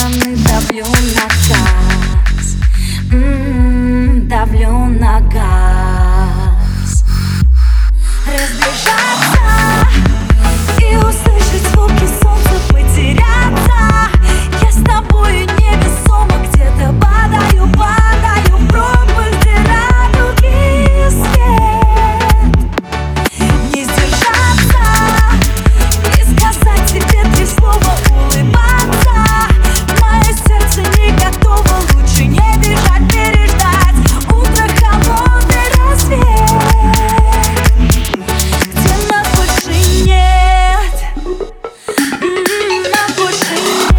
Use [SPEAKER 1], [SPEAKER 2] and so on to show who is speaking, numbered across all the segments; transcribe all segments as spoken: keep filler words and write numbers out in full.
[SPEAKER 1] стороны давлю на газ, м-м, давлю на газ. Разбежаться и услышать звуки солнца, потеряться. Я с тобою невесомо где-то падаю, падаю в пропасть радуги свет. Не сдержаться и сказать тебе три слова, улыбаться. Мое сердце не готово, лучше не бежать, переждать утро, холодный рассвет, где нас больше нет, м-м, нас больше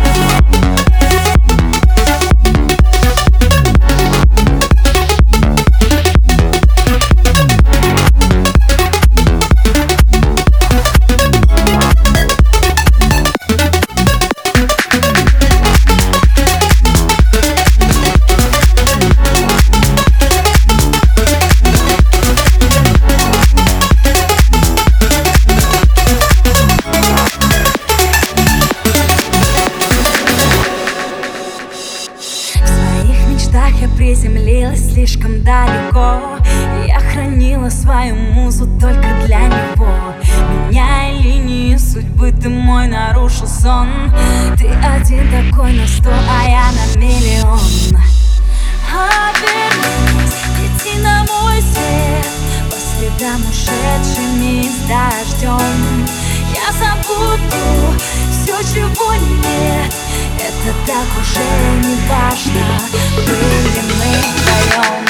[SPEAKER 1] я приземлилась слишком далеко. Я хранила свою музу только для него. Меняя линии судьбы, ты мой нарушил сон. Ты один такой на сто, а я на миллион. Обернись, лети на мой свет, по следам ушедшими с дождем. Я забуду все, чего нет, это так уже не важно. Были мы вдвоем.